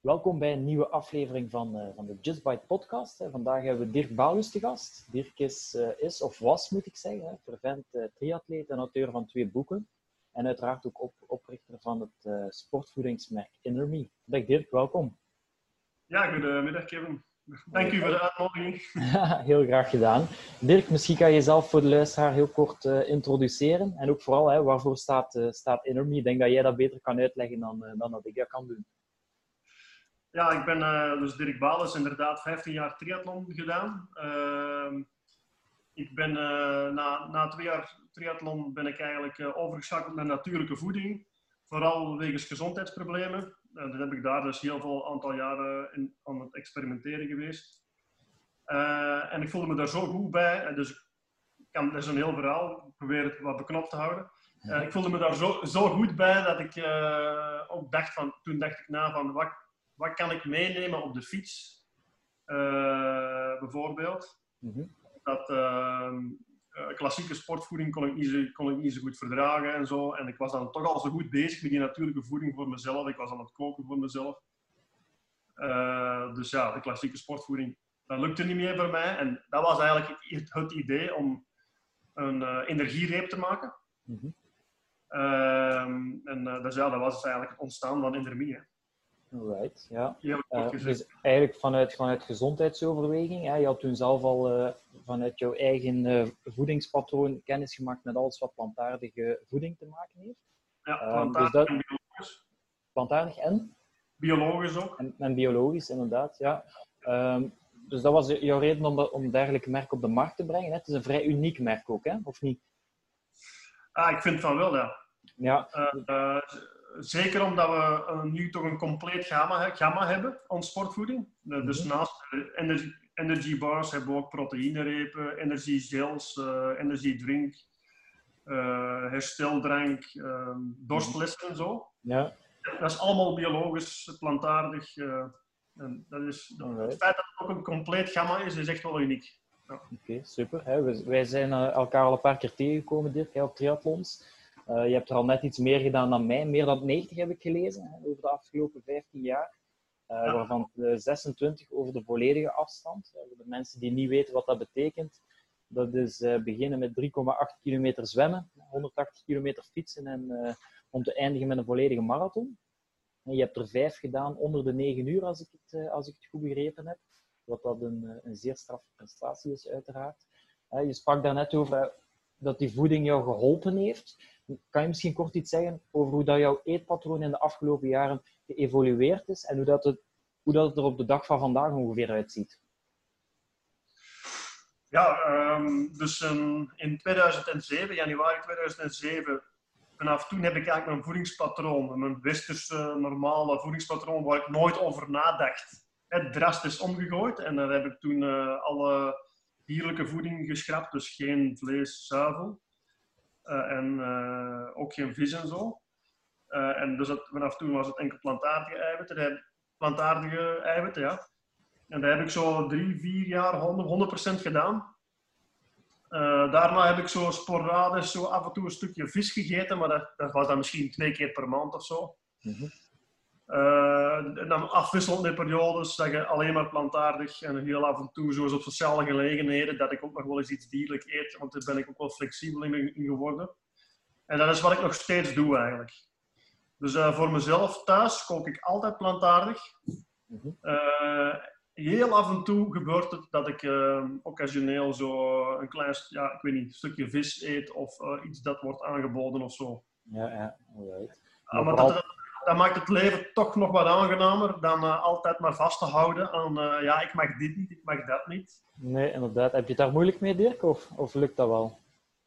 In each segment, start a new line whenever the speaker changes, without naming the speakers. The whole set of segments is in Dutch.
Welkom bij een nieuwe aflevering van de Just Bite podcast. Vandaag hebben we Dirk Baalhuis te gast. Dirk is of was, moet ik zeggen, fervent triatleet en auteur van 2 boeken. En uiteraard ook oprichter van het sportvoedingsmerk InnerMe. Dag Dirk, welkom.
Ja, goedemiddag Kevin. Dank u voor de uitnodiging.
Heel graag gedaan. Dirk, misschien kan je jezelf voor de luisteraar heel kort introduceren. En ook vooral, waarvoor staat InnerMe? Ik denk dat jij dat beter kan uitleggen dan dat ik dat kan doen.
Ja, ik ben dus Dirk Baalhuis, inderdaad 15 jaar triathlon gedaan. Ik ben na 2 jaar triathlon ben ik eigenlijk overgeschakeld naar natuurlijke voeding. Vooral wegens gezondheidsproblemen. Dat heb ik daar dus heel veel aantal jaren aan het experimenteren geweest. En ik voelde me daar zo goed bij. Dus dat is een heel verhaal. Ik probeer het wat beknopt te houden. Ik voelde me daar zo goed bij dat ik ook dacht toen dacht ik na van wat kan ik meenemen op de fiets? Bijvoorbeeld. Mm-hmm. Klassieke sportvoeding kon ik niet zo goed verdragen en zo. En ik was dan toch al zo goed bezig met die natuurlijke voeding voor mezelf. Ik was aan het koken voor mezelf. Dus ja, de klassieke sportvoeding, dat lukte niet meer voor mij. En dat was eigenlijk het idee om een energiereep te maken. Mm-hmm. Dus ja, dat was dus eigenlijk het ontstaan van InnerMe.
Right, ja. Dus eigenlijk vanuit gezondheidsoverweging. Hè? Je had toen zelf al vanuit jouw eigen voedingspatroon kennis gemaakt met alles wat plantaardige voeding te maken heeft.
Ja, plantaardig en biologisch.
Plantaardig en?
Biologisch ook.
En biologisch, inderdaad, ja. Dus dat was jouw reden om een dergelijk merk op de markt te brengen. Hè? Het is een vrij uniek merk ook, hè? Of niet?
Ik vind van wel, ja.
Ja.
Zeker omdat we nu toch een compleet gamma hebben aan sportvoeding. Dus naast energy bars hebben we ook proteïnerepen, energy gels, energy drink, hersteldrank, dorstlessen en zo.
Ja.
Dat is allemaal biologisch, plantaardig. En dat is, het feit dat het ook een compleet gamma is echt wel uniek. Ja.
Oké, super. Wij zijn elkaar al een paar keer tegengekomen, Dirk, op triathlons. Je hebt er al net iets meer gedaan dan mij. Meer dan 90 heb ik gelezen over de afgelopen 15 jaar. Waarvan 26 over de volledige afstand. Voor de mensen die niet weten wat dat betekent. Dat is beginnen met 3,8 kilometer zwemmen, 180 kilometer fietsen en om te eindigen met een volledige marathon. En je hebt er 5 gedaan onder de 9 uur, als ik het goed begrepen heb. Wat dat een zeer straffe prestatie is, uiteraard. Je sprak daarnet over dat die voeding jou geholpen heeft. Kan je misschien kort iets zeggen over hoe dat jouw eetpatroon in de afgelopen jaren geëvolueerd is en hoe dat er op de dag van vandaag ongeveer uitziet?
Ja, dus in 2007, januari 2007, vanaf toen heb ik eigenlijk mijn voedingspatroon, mijn westerse normale voedingspatroon, waar ik nooit over nadacht, drastisch omgegooid. En daar heb ik toen alle dierlijke voeding geschrapt, dus geen vlees, zuivel. En ook geen vis en zo. En dus vanaf toen was het enkel plantaardige eiwitten, ja. En dat heb ik zo 3-4 jaar 100% gedaan. Daarna heb ik zo sporadisch zo af en toe een stukje vis gegeten, maar dat was dan misschien 2 keer per maand of zo. Mm-hmm. En dan afwisselende periodes dat je alleen maar plantaardig en heel af en toe, zoals op sociale gelegenheden, dat ik ook nog wel eens iets dierlijk eet, want daar ben ik ook wel flexibel in geworden. En dat is wat ik nog steeds doe eigenlijk. Dus voor mezelf thuis kook ik altijd plantaardig. Mm-hmm. Heel af en toe gebeurt het dat ik occasioneel zo een klein ik weet niet, stukje vis eet of iets dat wordt aangeboden of zo.
Ja, alright.
Maar dat maakt het leven toch nog wat aangenamer dan altijd maar vast te houden aan ik mag dit niet, ik mag dat niet.
Nee, inderdaad. Heb je het daar moeilijk mee, Dirk, of lukt dat wel?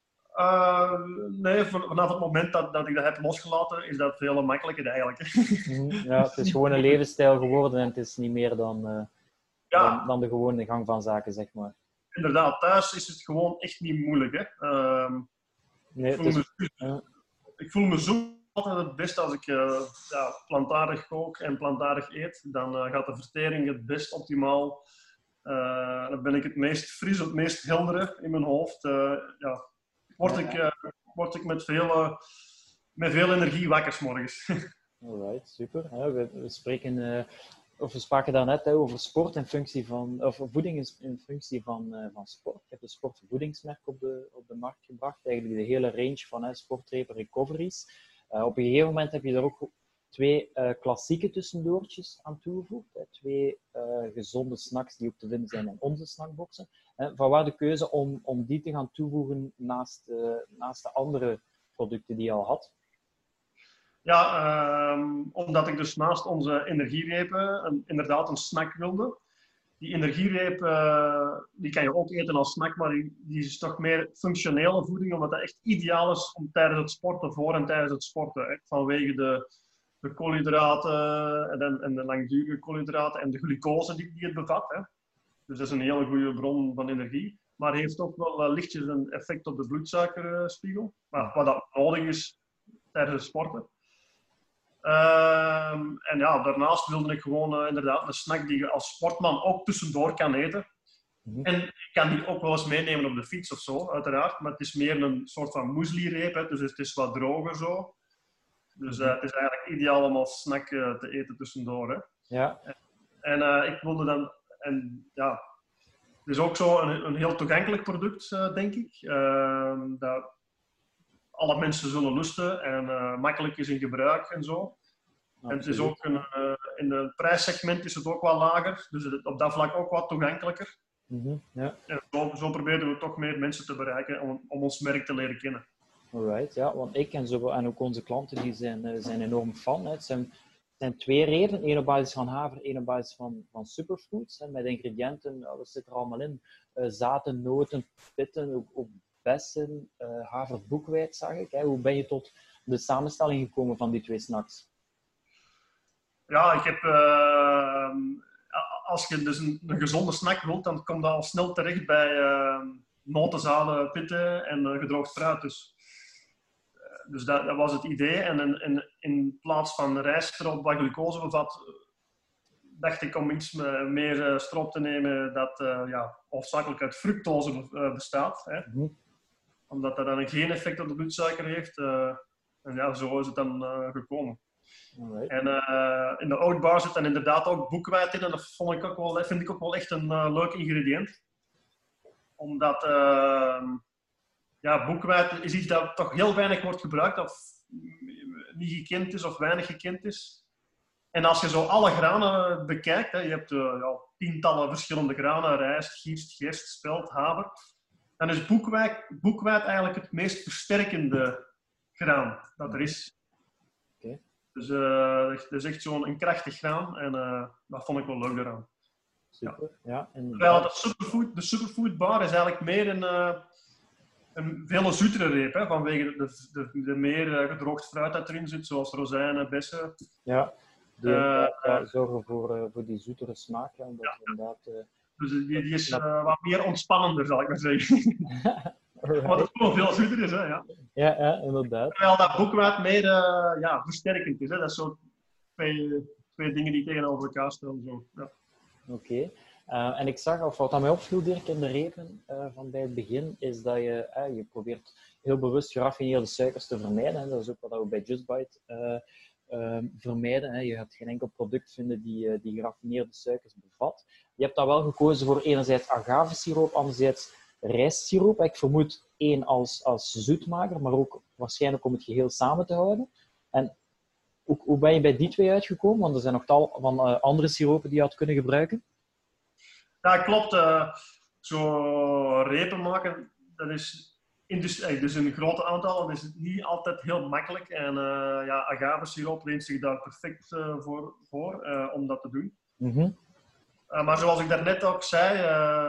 Nee, vanaf het moment dat ik dat heb losgelaten, is dat veel makkelijker eigenlijk.
Ja, het is gewoon een levensstijl geworden en het is niet meer dan de gewone gang van zaken, zeg maar.
Inderdaad, thuis is het gewoon echt niet moeilijk. Hè? Ik voel me zo altijd het beste als ik plantaardig kook en plantaardig eet. Dan gaat de vertering het best optimaal. Dan ben ik het meest fris, het meest heldere in mijn hoofd. Word ik met veel energie wakker 's morgens.
Alright, super. We spreken we spraken daarnet over sport in functie van, of voeding in functie van sport. Je hebt een sportvoedingsmerk op de markt gebracht, eigenlijk de hele range van sportrepen recoveries. Op een gegeven moment heb je er ook 2 klassieke tussendoortjes aan toegevoegd. 2 gezonde snacks die ook te vinden zijn in onze snackboxen. Vanwaar de keuze om die te gaan toevoegen naast de andere producten die je al had?
Ja, omdat ik dus naast onze energierepen inderdaad een snack wilde. Die energiereep die kan je ook eten als snack, maar die is toch meer functionele voeding, omdat dat echt ideaal is om tijdens het sporten, voor en tijdens het sporten. Hè. Vanwege de koolhydraten en de langdurige koolhydraten en de glucose die het bevat. Hè. Dus dat is een hele goede bron van energie. Maar heeft ook wel lichtjes een effect op de bloedsuikerspiegel, wat dat nodig is tijdens het sporten. En ja, daarnaast wilde ik gewoon inderdaad een snack die je als sportman ook tussendoor kan eten. En ik kan die ook wel eens meenemen op de fiets of zo, uiteraard. Maar het is meer een soort van muesli-reep, hè, dus het is wat droger zo. Dus het is eigenlijk ideaal om als snack te eten tussendoor. Hè.
Ja.
En ik wilde dan... En ja, het is ook zo een heel toegankelijk product, denk ik. Dat alle mensen zullen lusten en makkelijk is in gebruik en zo. Absoluut. En het is ook in het prijssegment is het ook wat lager, dus op dat vlak ook wat toegankelijker.
Ja.
En zo proberen we toch meer mensen te bereiken om ons merk te leren kennen.
Alright, ja, want ik en ook onze klanten die zijn enorm fan. Hè. Het zijn 2 redenen, 1 op basis van haver, 1 op basis van superfoods. Hè, met ingrediënten, wat zit er allemaal in? Zaten, noten, pitten, ook bessen, haver, boekweit, zag ik. Hè. Hoe ben je tot de samenstelling gekomen van die 2 snacks?
Ja, ik heb... als je dus een gezonde snack wilt, dan kom je al snel terecht bij notenzaden, pitten en gedroogd fruit. Dus dat was het idee. En in plaats van rijststroop wat glucose bevat, dacht ik om iets meer stroop te nemen dat hoofdzakelijk uit fructose bestaat. Hè? Omdat dat dan geen effect op de bloedsuiker heeft. En ja, zo is het dan gekomen.
Alright.
En in de oatbar zit dan inderdaad ook boekweit in. En dat vind ik ook wel echt een leuk ingrediënt. Omdat boekweit is iets dat toch heel weinig wordt gebruikt. Of niet gekend is of weinig gekend is. En als je zo alle granen bekijkt. Hè, je hebt tientallen verschillende granen. Rijst, gierst, gerst, spelt, haver. Dan is boekweit eigenlijk het meest versterkende graan dat er is.
Okay.
Dus dat is echt zo'n krachtig graan en dat vond ik wel leuk eraan.
Super, ja.
Terwijl de superfood bar is eigenlijk meer een veel zoetere reep, hè, vanwege de meer gedroogd fruit dat erin zit, zoals rozijnen, bessen.
Ja, die zorgen voor die zoetere smaak. Ja, inderdaad,
dus die is wat meer ontspannender, zal ik maar zeggen. Wat het gewoon veel zoeter is, hè, ja.
Ja, inderdaad.
Terwijl dat boekweit meer versterkend is. Hè. Dat is zo twee dingen die tegenover elkaar staan. Zo. Ja.
Oké. En ik zag, of wat aan mij opviel, Dirk, in de repen van bij het begin, is dat je probeert heel bewust geraffineerde suikers te vermijden. Hè. Dat is ook wat we bij Just Bite vermijden. Hè. Je gaat geen enkel product vinden die geraffineerde suikers bevat. Je hebt dan wel gekozen voor enerzijds agavesiroop, anderzijds rijstsiroop. Ik vermoed 1 als zoetmaker, maar ook waarschijnlijk om het geheel samen te houden. En hoe ben je bij die 2 uitgekomen? Want er zijn nog tal van andere siropen die je had kunnen gebruiken.
Ja, klopt. Zo repen maken, dat is dus een groot aantal. Dat is niet altijd heel makkelijk. En agavesiroop leent zich daar perfect voor om dat te doen. Maar zoals ik daarnet ook zei,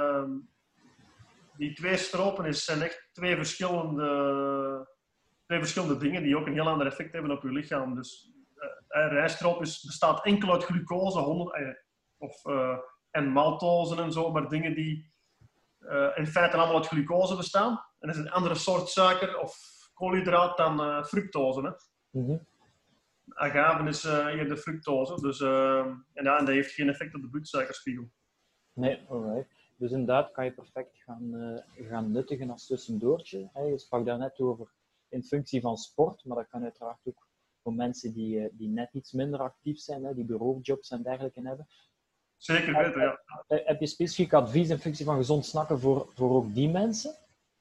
die 2 stropen zijn echt 2 verschillende dingen die ook een heel ander effect hebben op je lichaam. Dus rijststroop bestaat enkel uit glucose en maltose en zo, maar dingen die in feite allemaal uit glucose bestaan. En dat is een andere soort suiker of koolhydraat dan fructose. Hè. Agave is eerder fructose, dus, en dat heeft geen effect op de bloedsuikerspiegel.
Nee, alright. Dus inderdaad kan je perfect gaan nuttigen als tussendoortje. Je sprak daarnet over in functie van sport, maar dat kan uiteraard ook voor mensen die net iets minder actief zijn, hè, die bureaujobs en dergelijke hebben.
Zeker weten, ja.
Heb je specifiek advies in functie van gezond snakken voor ook die mensen?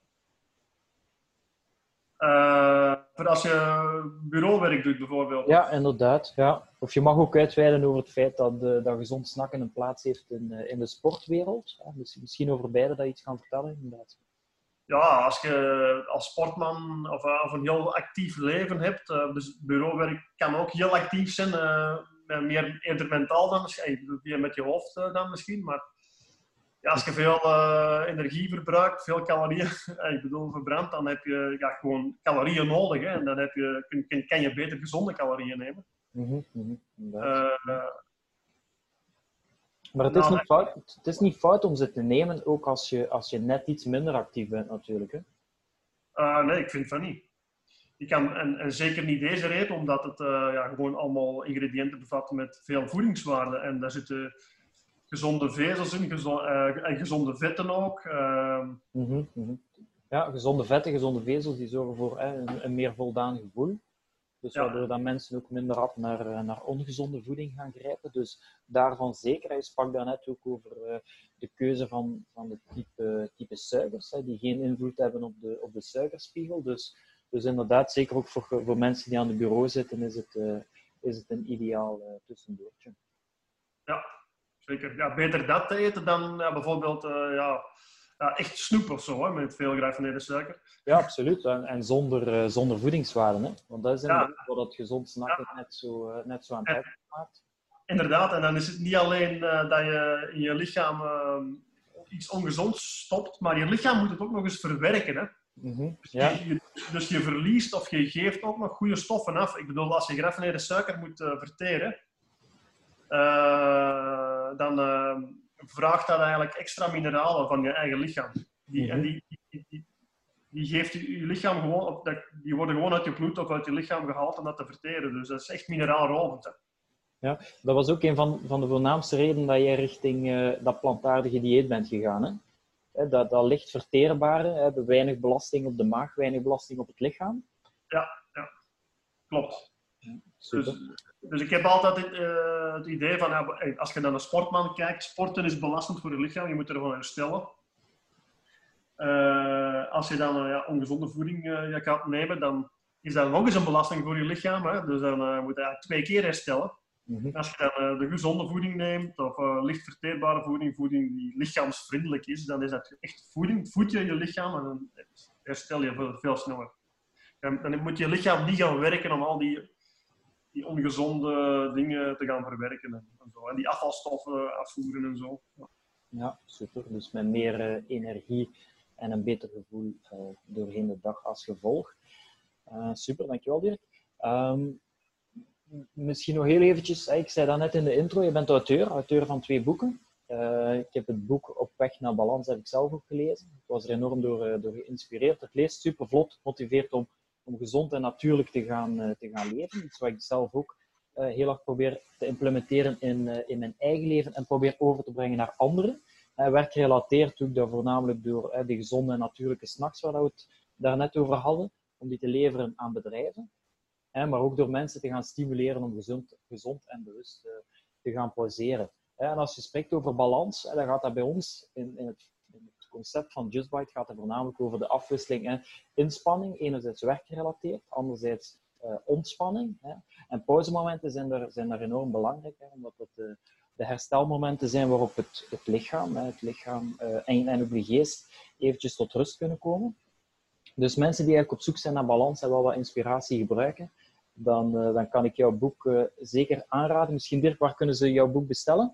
Voor als je bureauwerk doet bijvoorbeeld.
Ja, inderdaad. Ja. Of je mag ook uitweiden over het feit dat gezond snakken een plaats heeft in de sportwereld. Ja, misschien over beide dat je iets kan vertellen, inderdaad.
Ja, als je als sportman of een heel actief leven hebt, dus bureauwerk kan ook heel actief zijn, eerder mentaal dan misschien, met je hoofd dan misschien, maar ja, als je veel energie verbruikt, veel calorieën verbrandt, dan heb je gewoon calorieën nodig. Hè, en dan kan je beter gezonde calorieën nemen.
Maar het is niet fout om ze te nemen, ook als je net iets minder actief bent natuurlijk. Hè?
Nee, ik vind van niet. Je kan, en zeker niet deze reep, omdat het gewoon allemaal ingrediënten bevat met veel voedingswaarde. En daar zitten gezonde vezels in, en gezonde vetten ook.
Ja, gezonde vetten, gezonde vezels, die zorgen voor een meer voldaan gevoel. Dus waardoor dat mensen ook minder rap naar ongezonde voeding gaan grijpen. Dus daarvan zeker. Je sprak daarnet ook over de keuze van de type suikers, die geen invloed hebben op de suikerspiegel. Dus inderdaad, zeker ook voor mensen die aan het bureau zitten, is het een ideaal tussendoortje.
Ja, zeker. Ja, beter dat te eten dan bijvoorbeeld echt snoep of zo, hè, met veel geraffineerde suiker.
Ja, absoluut. En zonder voedingswaarde. Hè? Want dat is inderdaad wat het gezond snakken net zo aantrekkelijk maakt.
Inderdaad, en dan is het niet alleen dat je in je lichaam iets ongezonds stopt, maar je lichaam moet het ook nog eens verwerken. Hè? Dus je verliest of je geeft ook nog goede stoffen af. Ik bedoel, als je geraffineerde suiker moet verteren, dan vraagt dat eigenlijk extra mineralen van je eigen lichaam. Die geeft je lichaam gewoon, die worden gewoon uit je bloed of uit je lichaam gehaald om dat te verteren. Dus dat is echt mineraalrovend. Hè.
Ja, dat was ook een van de voornaamste redenen dat jij richting dat plantaardige dieet bent gegaan. Hè? Dat licht verteerbare, weinig belasting op de maag, weinig belasting op het lichaam.
Ja, klopt.
Ja,
dus ik heb altijd het idee van, als je naar een sportman kijkt, sporten is belastend voor je lichaam, je moet er gewoon herstellen. Als je dan ongezonde voeding gaat nemen, dan is dat nog eens een belasting voor je lichaam. Hè? Dus dan moet je eigenlijk 2 keer herstellen. Als je dan de gezonde voeding neemt, of licht verteerbare voeding die lichaamsvriendelijk is, dan is dat echt voeding. Voed je lichaam en dan herstel je veel sneller. Dan moet je lichaam niet gaan werken om al die ongezonde dingen te gaan verwerken. En zo. En die afvalstoffen afvoeren en zo.
Ja, super. Dus met meer energie en een beter gevoel doorheen de dag als gevolg. Super, dankjewel Dirk. Misschien nog heel eventjes, ik zei dat net in de intro, je bent auteur van 2 boeken. Ik heb het boek Op weg naar balans heb ik zelf ook gelezen. Ik was er enorm door geïnspireerd. Het leest super vlot, motiveert om gezond en natuurlijk te gaan leven. Iets wat ik zelf ook heel erg probeer te implementeren in mijn eigen leven en probeer over te brengen naar anderen. Werkgerelateerd doe ik dat voornamelijk door de gezonde en natuurlijke snacks waar we het daarnet over hadden, om die te leveren aan bedrijven. Maar ook door mensen te gaan stimuleren om gezond en bewust te gaan poseren. En als je spreekt over balans, dan gaat dat bij ons in het concept van Just Bite gaat het voornamelijk over de afwisseling en inspanning. Enerzijds werkgerelateerd, anderzijds ontspanning. En pauzemomenten zijn daar enorm belangrijk, omdat het de herstelmomenten zijn waarop het lichaam en ook de geest eventjes tot rust kunnen komen. Dus mensen die eigenlijk op zoek zijn naar balans en wel wat inspiratie gebruiken, dan kan ik jouw boek zeker aanraden. Misschien Dirk, waar kunnen ze jouw boek bestellen?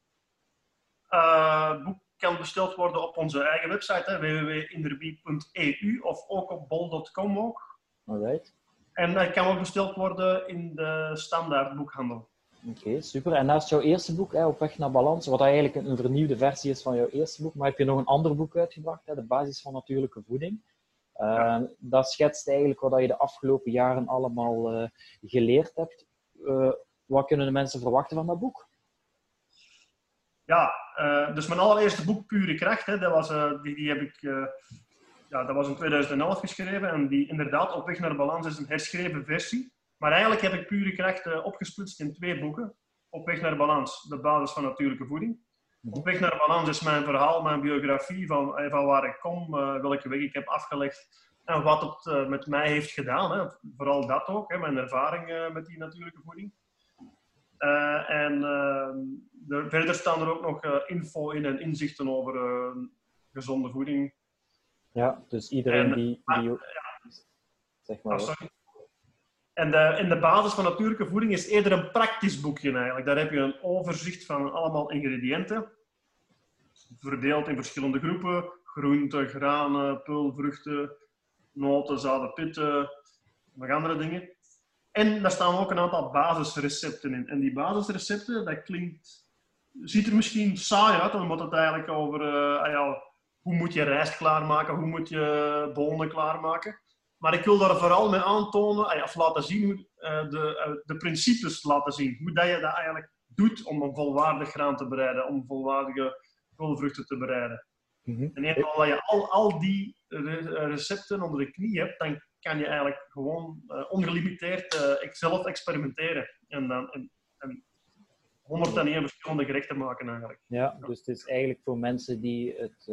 Het boek kan besteld worden op onze eigen website, www.inderbie.eu, of ook op bol.com ook.
Alright.
En het kan ook besteld worden in de standaard boekhandel.
Oké, super. En naast jouw eerste boek, Op weg naar balans, wat eigenlijk een vernieuwde versie is van jouw eerste boek, maar heb je nog een ander boek uitgebracht, De basis van natuurlijke voeding. Dat schetst eigenlijk wat je de afgelopen jaren allemaal geleerd hebt. Wat kunnen de mensen verwachten van dat boek?
Ja, dus mijn allereerste boek, Pure Kracht, die heb ik... dat was in 2011 geschreven en die inderdaad Op weg naar balans is een herschreven versie. Maar eigenlijk heb ik Pure Kracht opgesplitst in 2 boeken. Op weg naar balans, de basis van natuurlijke voeding. Op weg naar balans is mijn verhaal, mijn biografie van waar ik kom, welke weg ik heb afgelegd en wat het met mij heeft gedaan. Hè. Vooral dat ook, hè, mijn ervaring met die natuurlijke voeding. Verder staan er ook nog info in en inzichten over gezonde voeding.
Ja, dus iedereen die zeg maar.
Sorry. En de basis van natuurlijke voeding is eerder een praktisch boekje eigenlijk. Daar heb je een overzicht van allemaal ingrediënten. Verdeeld in verschillende groepen. Groenten, granen, peulvruchten, noten, zaden, pitten, nog andere dingen. En daar staan ook een aantal basisrecepten in. En die basisrecepten, dat ziet er misschien saai uit, omdat het eigenlijk over hoe moet je rijst klaarmaken, hoe moet je bonen klaarmaken. Maar ik wil daar vooral mee aantonen, of laten zien, de principes laten zien. Hoe dat je dat eigenlijk doet om een volwaardig graan te bereiden, om volwaardige peulvruchten te bereiden.
Mm-hmm.
En eenmaal dat je al die recepten onder de knie hebt, dan kan je eigenlijk gewoon ongelimiteerd zelf experimenteren. En 101 verschillende gerechten maken eigenlijk.
Ja, dus het is eigenlijk voor mensen die het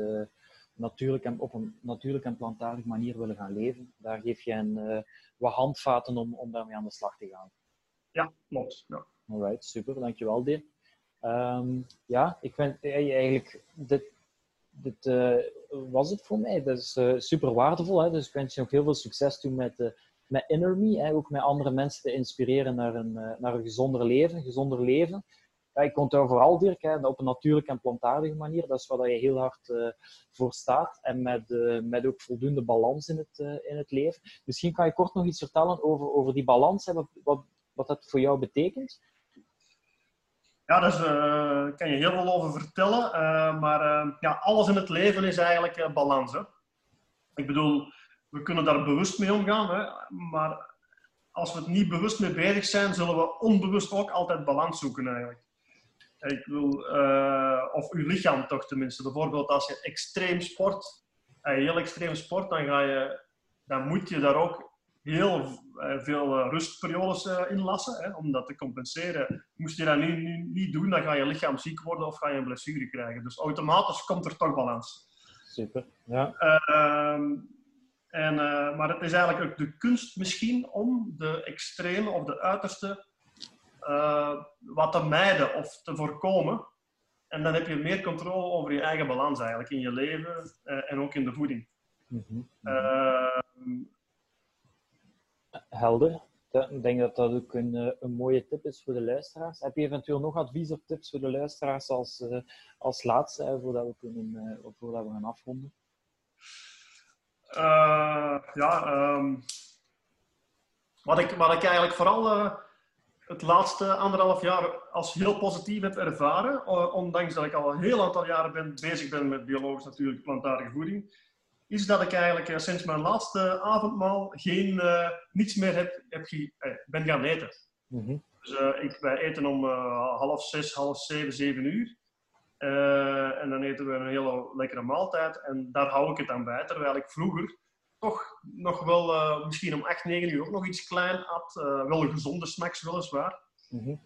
op een natuurlijke en plantaardige manier willen gaan leven. Daar geef je wat handvaten om daarmee aan de slag te gaan.
Ja, klopt. Ja.
Alright, super. Dankjewel, Dirk. Ja, ik vind eigenlijk... Dit was het voor mij. Dat is super waardevol. Hè? Dus ik wens je nog heel veel succes toe met Inner Me. Hè? Ook met andere mensen te inspireren naar een gezonder leven. Ja, ik onthoud vooral, Dirk, hè, op een natuurlijke en plantaardige manier. Dat is waar je heel hard voor staat. En met ook voldoende balans in het leven. Misschien kan je kort nog iets vertellen over die balans. Hè? Wat dat voor jou betekent.
Ja, daar kan je heel veel over vertellen. Maar alles in het leven is eigenlijk balans. Hè? Ik bedoel, we kunnen daar bewust mee omgaan. Hè? Maar als we het niet bewust mee bezig zijn, zullen we onbewust ook altijd balans zoeken eigenlijk. Ik bedoel, of uw lichaam toch tenminste. Bijvoorbeeld als je extreem sport, heel extreem sport, dan moet je daar ook heel veel rustperiodes inlassen, hè, om dat te compenseren. Moest je dat niet doen, dan ga je lichaam ziek worden of ga je een blessure krijgen. Dus automatisch komt er toch balans.
Super, ja.
Maar het is eigenlijk ook de kunst misschien om de extreme of de uiterste wat te mijden of te voorkomen. En dan heb je meer controle over je eigen balans eigenlijk in je leven en ook in de voeding.
Mm-hmm. Helder. Ik denk dat dat ook een mooie tip is voor de luisteraars. Heb je eventueel nog advies of tips voor de luisteraars als laatste, voordat we gaan afronden?
Wat ik eigenlijk vooral het laatste 1,5 jaar als heel positief heb ervaren, ondanks dat ik al een heel aantal jaren bezig ben met biologisch natuurlijk plantaardige voeding, is dat ik eigenlijk sinds mijn laatste avondmaal niets meer ben gaan eten.
Mm-hmm.
Dus wij eten om 5:30, 6:30, 7 uur. En dan eten we een hele lekkere maaltijd. En daar hou ik het aan bij. Terwijl ik vroeger toch nog wel misschien om 8, 9 uur ook nog iets klein at. Wel gezonde snacks weliswaar.
Mm-hmm.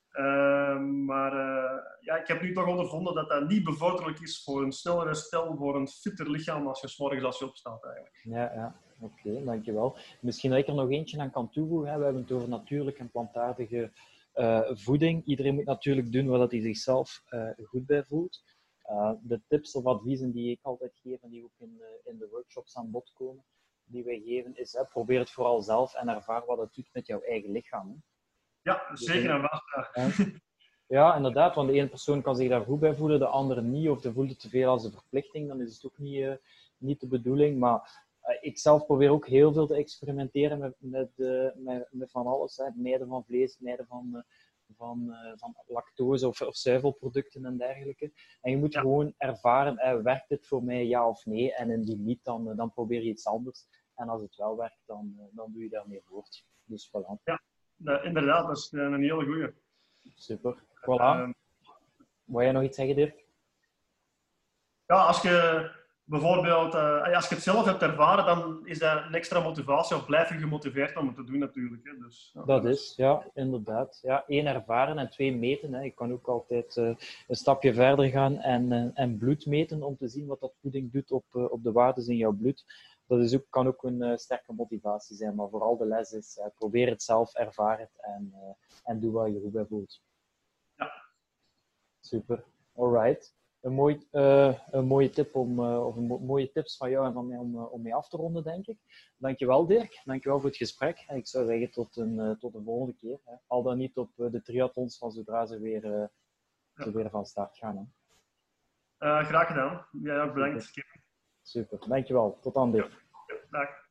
Ik heb nu toch ondervonden dat dat niet bevorderlijk is voor een sneller herstel, voor een fitter lichaam als je 's morgens als je opstaat eigenlijk.
Ja. Oké, dankjewel. Misschien dat ik er nog eentje aan kan toevoegen. Hè. We hebben het over natuurlijke en plantaardige voeding. Iedereen moet natuurlijk doen waar hij zichzelf goed bij voelt. De tips of adviezen die ik altijd geef en die ook in de workshops aan bod komen, die wij geven, is probeer het vooral zelf en ervaar wat het doet met jouw eigen lichaam. Hè.
Ja, zeker en vast.
Ja, inderdaad, want de ene persoon kan zich daar goed bij voelen, de andere niet, of de voelt het te veel als een verplichting, dan is het ook niet de bedoeling. Maar ik zelf probeer ook heel veel te experimenteren met van alles. Hè. Het mijden van vlees, het mijden van lactose of zuivelproducten en dergelijke. En je moet gewoon ervaren, werkt dit voor mij ja of nee? En indien niet, dan probeer je iets anders. En als het wel werkt, dan doe je daarmee voort. Dus voilà.
Ja, inderdaad, dat is een hele goeie.
Super. Voilà. Wil jij nog iets zeggen, Dirk?
Ja, als je bijvoorbeeld, als je het zelf hebt ervaren, dan is dat een extra motivatie of blijf je gemotiveerd om het te doen natuurlijk. Hè. Dus, ja,
Dat is, ja, inderdaad. Ja, 1 ervaren en 2 meten. Hè. Je kan ook altijd een stapje verder gaan en bloed meten om te zien wat dat voeding doet op de waarden in jouw bloed. Dat is ook, kan ook een sterke motivatie zijn, maar vooral de les is, probeer het zelf, ervaar het en doe waar je goed bij voelt.
Ja.
Super, alright. Een mooie tip of mooie tips van jou en van mij om mee af te ronden, denk ik. Dankjewel, Dirk. Dankjewel voor het gesprek. En ik zou zeggen tot een volgende keer. Hè. Al dan niet op de triathlons van zodra ze weer van start gaan. Hè.
Graag gedaan. Ja, bedankt.
Super. Dankjewel. Tot dan, Dirk.
Ja, dag.